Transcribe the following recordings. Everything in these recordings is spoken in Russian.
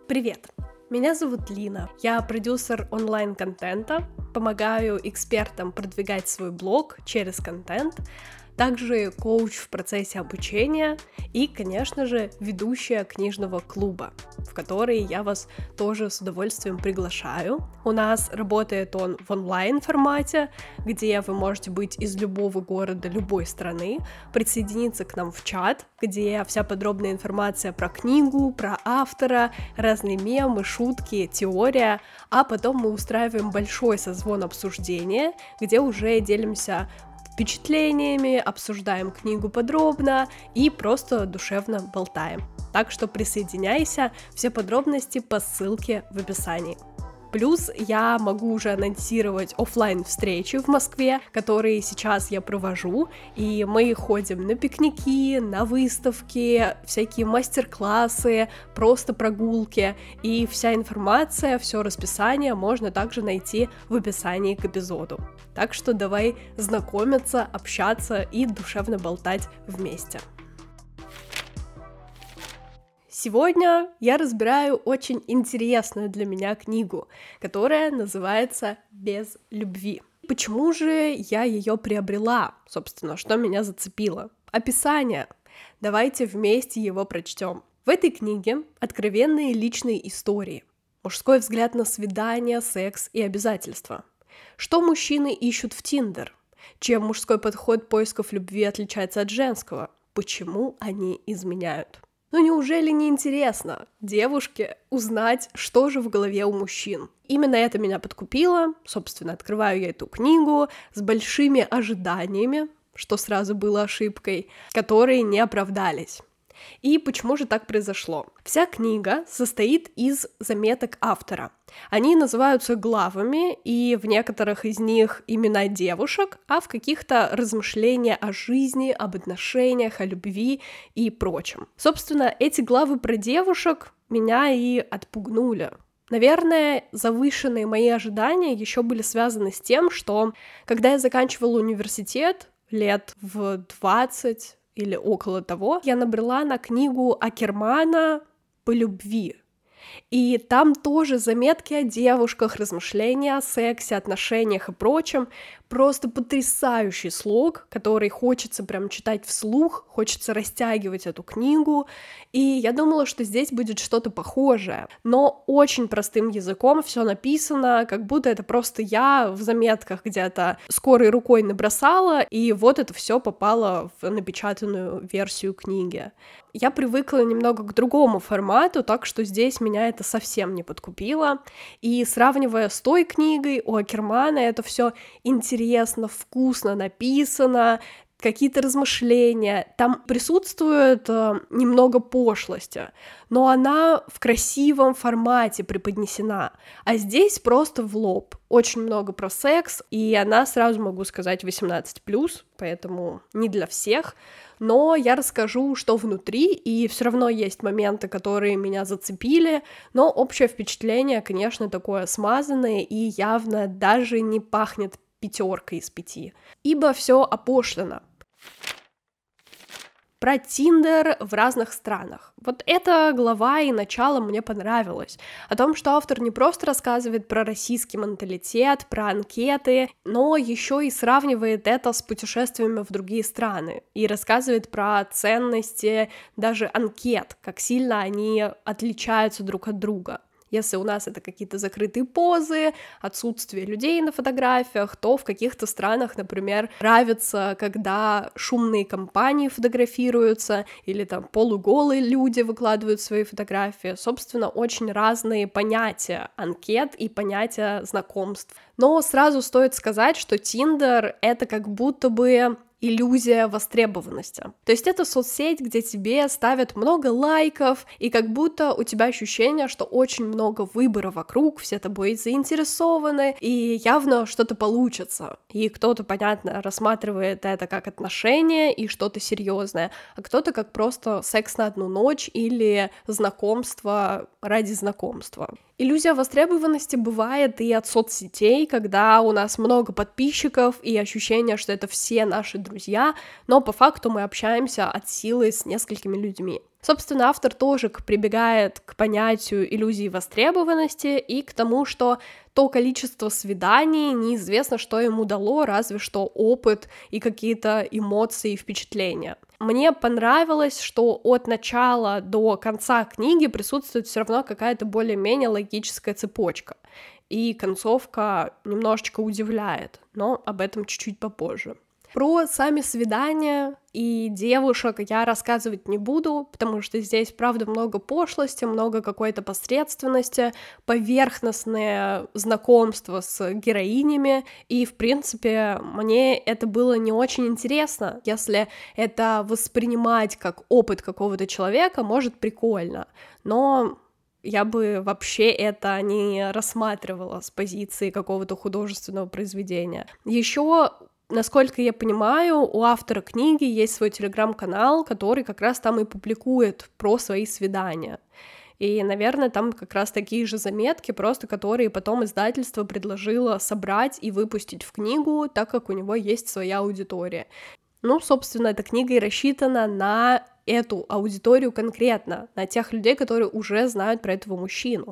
Привет! Меня зовут Лина. Я продюсер онлайн-контента, помогаю экспертам продвигать свой блог через контент, также коуч в процессе обучения и, конечно же, ведущая книжного клуба, в который я вас тоже с удовольствием приглашаю. У нас работает он в онлайн-формате, где вы можете быть из любого города, любой страны, присоединиться к нам в чат, где вся подробная информация про книгу, про автора, разные мемы, шутки, теория, а потом мы устраиваем большой созвон обсуждения, где уже делимся впечатлениями, обсуждаем книгу подробно и просто душевно болтаем. Так что присоединяйся, все подробности по ссылке в описании. Плюс я могу уже анонсировать офлайн встречи в Москве, которые сейчас я провожу, и мы ходим на пикники, на выставки, всякие мастер-классы, просто прогулки, и вся информация, все расписание можно также найти в описании к эпизоду. Так что давай знакомиться, общаться и душевно болтать вместе. Сегодня я разбираю очень интересную для меня книгу, которая называется «Без любви». Почему же я ее приобрела? Собственно, что меня зацепило? Описание. Давайте вместе его прочтем. В этой книге откровенные личные истории, мужской взгляд на свидания, секс и обязательства. Что мужчины ищут в Tinder? Чем мужской подход поисков любви отличается от женского? Почему они изменяют? Ну неужели не интересно девушке узнать, что же в голове у мужчин? Именно это меня подкупило. Собственно, открываю я эту книгу с большими ожиданиями, что сразу было ошибкой, которые не оправдались. И почему же так произошло? Вся книга состоит из заметок автора. Они называются главами, и в некоторых из них имена девушек, а в каких-то размышления о жизни, об отношениях, о любви и прочем. Собственно, эти главы про девушек меня и отпугнули. Наверное, завышенные мои ожидания еще были связаны с тем, что когда я заканчивала университет лет в 20 или около того, я набрела на книгу Акермана «По любви». И там тоже заметки о девушках, размышления о сексе, отношениях и прочем. Просто потрясающий слог, который хочется прям читать вслух, хочется растягивать эту книгу. И я думала, что здесь будет что-то похожее. Но очень простым языком все написано, как будто это просто я в заметках где-то скорой рукой набросала, и вот это все попало в напечатанную версию книги. Я привыкла немного к другому формату, так что здесь меня это совсем не подкупило. И сравнивая с той книгой у Акермана, это все интересно, вкусно написано, какие-то размышления. Там присутствует немного пошлости, но она в красивом формате преподнесена. А здесь просто в лоб. Очень много про секс, и она, сразу могу сказать, 18+, поэтому не для всех. Но я расскажу, что внутри, и все равно есть моменты, которые меня зацепили, но общее впечатление, конечно, такое смазанное и явно даже не пахнет 5 из 5, ибо все опошлено. Про Tinder в разных странах. Вот эта глава и начало мне понравилось. О том, что автор не просто рассказывает про российский менталитет, про анкеты, но еще и сравнивает это с путешествиями в другие страны. И рассказывает про ценности даже анкет, как сильно они отличаются друг от друга. Если у нас это какие-то закрытые позы, отсутствие людей на фотографиях, то в каких-то странах, например, нравится, когда шумные компании фотографируются, или там полуголые люди выкладывают свои фотографии. Собственно, очень разные понятия анкет и понятия знакомств. Но сразу стоит сказать, что Tinder — это как будто бы иллюзия востребованности. То есть это соцсеть, где тебе ставят много лайков, и как будто у тебя ощущение, что очень много выбора вокруг, все тобой заинтересованы, и явно что-то получится. И кто-то, понятно, рассматривает это как отношения и что-то серьезное, а кто-то как просто секс на одну ночь или знакомство ради знакомства. Иллюзия востребованности бывает и от соцсетей, когда у нас много подписчиков и ощущение, что это все наши друзья, но по факту мы общаемся от силы с несколькими людьми. Собственно, автор тоже прибегает к понятию иллюзии востребованности и к тому, что то количество свиданий неизвестно, что ему дало, разве что опыт и какие-то эмоции и впечатления. Мне понравилось, что от начала до конца книги присутствует все равно какая-то более-менее логическая цепочка, и концовка немножечко удивляет, но об этом чуть-чуть попозже. Про сами свидания и девушек я рассказывать не буду, потому что здесь, правда, много пошлости, много какой-то посредственности, поверхностное знакомство с героинями, и, в принципе, мне это было не очень интересно. Если это воспринимать как опыт какого-то человека, может, прикольно, но я бы вообще это не рассматривала с позиции какого-то художественного произведения. Еще, насколько я понимаю, у автора книги есть свой телеграм-канал, который как раз там и публикует про свои свидания. И, наверное, там как раз такие же заметки, просто которые потом издательство предложило собрать и выпустить в книгу, так как у него есть своя аудитория. Ну, собственно, эта книга и рассчитана на эту аудиторию конкретно, на тех людей, которые уже знают про этого мужчину.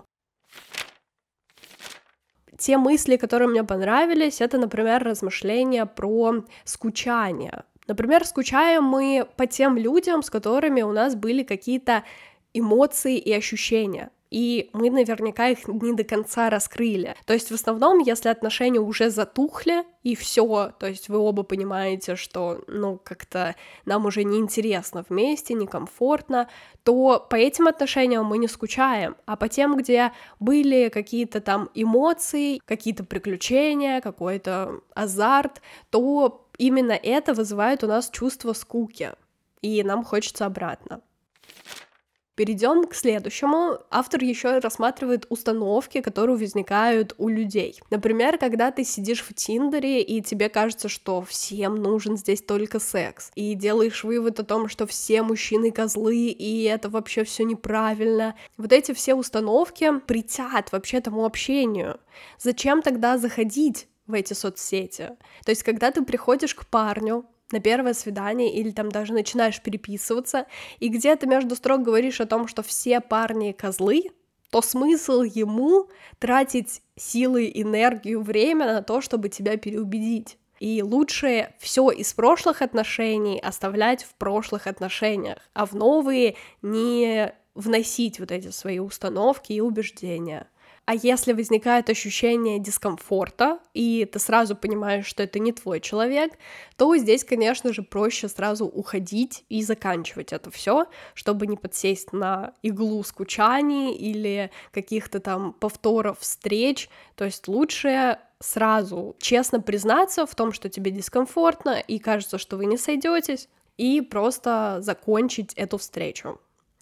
Те мысли, которые мне понравились, это, например, размышления про скучание. Например, скучаем мы по тем людям, с которыми у нас были какие-то эмоции и ощущения, и мы наверняка их не до конца раскрыли. То есть в основном, если отношения уже затухли, и все, то есть вы оба понимаете, что, как-то нам уже неинтересно вместе, некомфортно, то по этим отношениям мы не скучаем, а по тем, где были какие-то там эмоции, какие-то приключения, какой-то азарт, то именно это вызывает у нас чувство скуки, и нам хочется обратно. Перейдем к следующему. Автор еще рассматривает установки, которые возникают у людей. Например, когда ты сидишь в Тиндере, и тебе кажется, что всем нужен здесь только секс, и делаешь вывод о том, что все мужчины козлы, и это вообще все неправильно. Вот эти все установки претят вообще тому общению. Зачем тогда заходить в эти соцсети? То есть, когда ты приходишь к парню на первое свидание или там даже начинаешь переписываться, и где-то между строк говоришь о том, что все парни козлы, то смысл ему тратить силы, энергию, время на то, чтобы тебя переубедить. И лучше все из прошлых отношений оставлять в прошлых отношениях, а в новые не вносить вот эти свои установки и убеждения. А если возникает ощущение дискомфорта, и ты сразу понимаешь, что это не твой человек, то здесь, конечно же, проще сразу уходить и заканчивать это все, чтобы не подсесть на иглу скучаний или каких-то там повторов встреч. То есть лучше сразу честно признаться в том, что тебе дискомфортно и кажется, что вы не сойдетесь, и просто закончить эту встречу.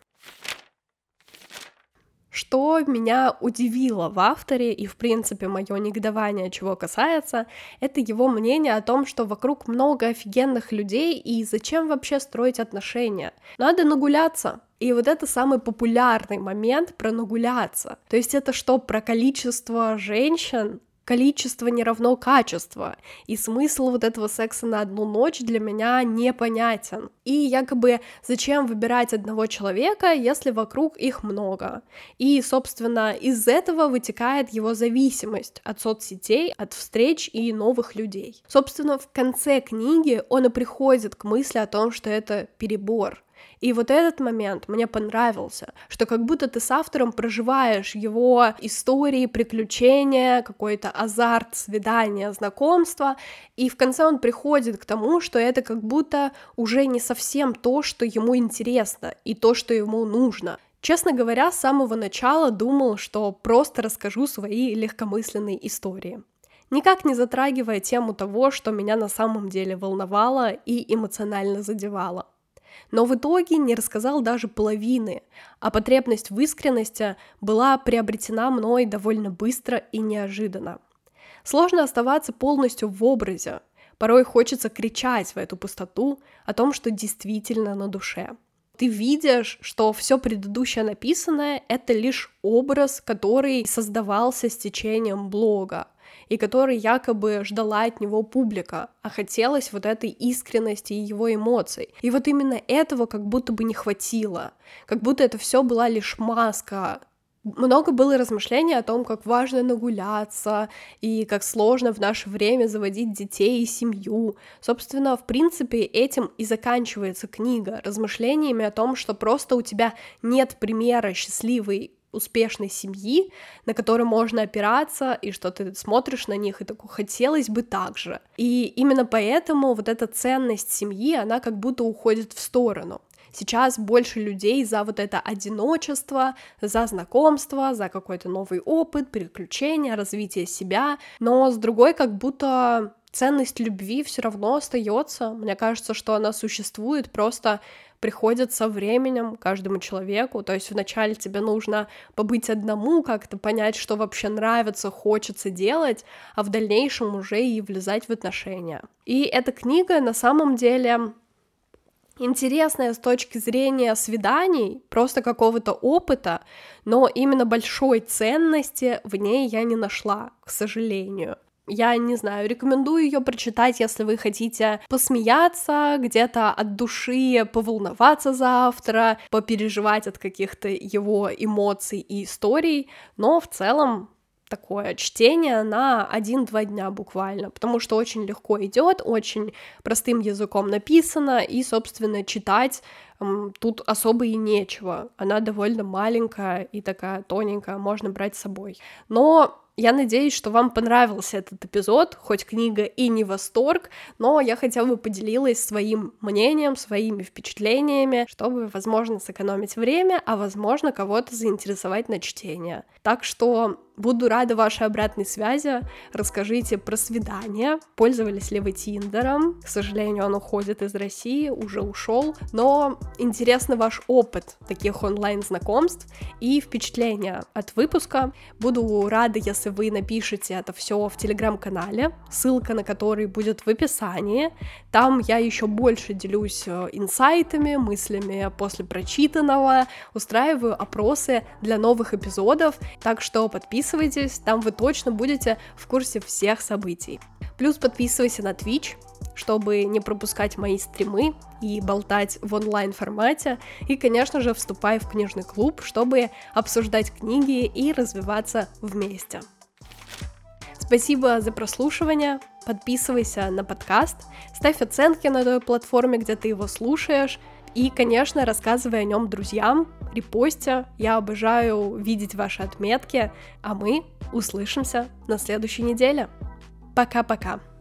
Что меня удивило в авторе и, в принципе, мое негодование, чего касается, это его мнение о том, что вокруг много офигенных людей, и зачем вообще строить отношения? Надо нагуляться. И вот это самый популярный момент про нагуляться. То есть это что, про количество женщин? Количество не равно качество, и смысл вот этого секса на одну ночь для меня непонятен. И якобы зачем выбирать одного человека, если вокруг их много? И, собственно, из этого вытекает его зависимость от соцсетей, от встреч и новых людей. Собственно, в конце книги он и приходит к мысли о том, что это перебор. И вот этот момент мне понравился, что как будто ты с автором проживаешь его истории, приключения, какой-то азарт, свидания, знакомства, и в конце он приходит к тому, что это как будто уже не совсем то, что ему интересно, и то, что ему нужно. Честно говоря, с самого начала думал, что просто расскажу свои легкомысленные истории, никак не затрагивая тему того, что меня на самом деле волновало и эмоционально задевало. Но в итоге не рассказал даже половины, а потребность в искренности была приобретена мной довольно быстро и неожиданно. Сложно оставаться полностью в образе, порой хочется кричать в эту пустоту о том, что действительно на душе. Ты видишь, что все предыдущее написанное — это лишь образ, который создавался с течением блога. и который якобы ждала от него публика, а хотелось вот этой искренности и его эмоций. И вот именно этого как будто бы не хватило, как будто это все была лишь маска. Много было размышлений о том, как важно нагуляться и как сложно в наше время заводить детей и семью. Собственно, в принципе, этим и заканчивается книга, размышлениями о том, что просто у тебя нет примера счастливой, успешной семьи, на которой можно опираться, и что ты смотришь на них и такой, хотелось бы так же. И именно поэтому вот эта ценность семьи, она как будто уходит в сторону. Сейчас больше людей за вот это одиночество, за знакомство, за какой-то новый опыт, приключения, развитие себя, но с другой как будто ценность любви все равно остается. Мне кажется, что она существует, просто приходит со временем каждому человеку, то есть вначале тебе нужно побыть одному, как-то понять, что вообще нравится, хочется делать, а в дальнейшем уже и влезать в отношения. И эта книга на самом деле интересная с точки зрения свиданий, просто какого-то опыта, но именно большой ценности в ней я не нашла, к сожалению. Я не знаю, рекомендую ее прочитать, если вы хотите посмеяться, где-то от души поволноваться за автора, попереживать от каких-то его эмоций и историй, но в целом такое чтение на 1-2 дня буквально, потому что очень легко идет, очень простым языком написано, и, собственно, читать тут особо и нечего. Она довольно маленькая и такая тоненькая, можно брать с собой. Но я надеюсь, что вам понравился этот эпизод, хоть книга и не восторг, но я хотя бы поделилась своим мнением, своими впечатлениями, чтобы, возможно, сэкономить время, а, возможно, кого-то заинтересовать на чтение. Так что буду рада вашей обратной связи, расскажите про свидание, пользовались ли вы Тиндером, к сожалению, он уходит из России, уже ушел, но интересно ваш опыт таких онлайн-знакомств и впечатления от выпуска. Буду рада, если вы напишите это все в телеграм-канале, ссылка на который будет в описании. Там я еще больше делюсь инсайтами, мыслями после прочитанного, устраиваю опросы для новых эпизодов, так что подписывайтесь, там вы точно будете в курсе всех событий. Плюс подписывайся на Twitch, чтобы не пропускать мои стримы и болтать в онлайн-формате. И, конечно же, вступай в книжный клуб, чтобы обсуждать книги и развиваться вместе. Спасибо за прослушивание, подписывайся на подкаст, ставь оценки на той платформе, где ты его слушаешь, и, конечно, рассказывай о нем друзьям, репостя, я обожаю видеть ваши отметки, а мы услышимся на следующей неделе. Пока-пока!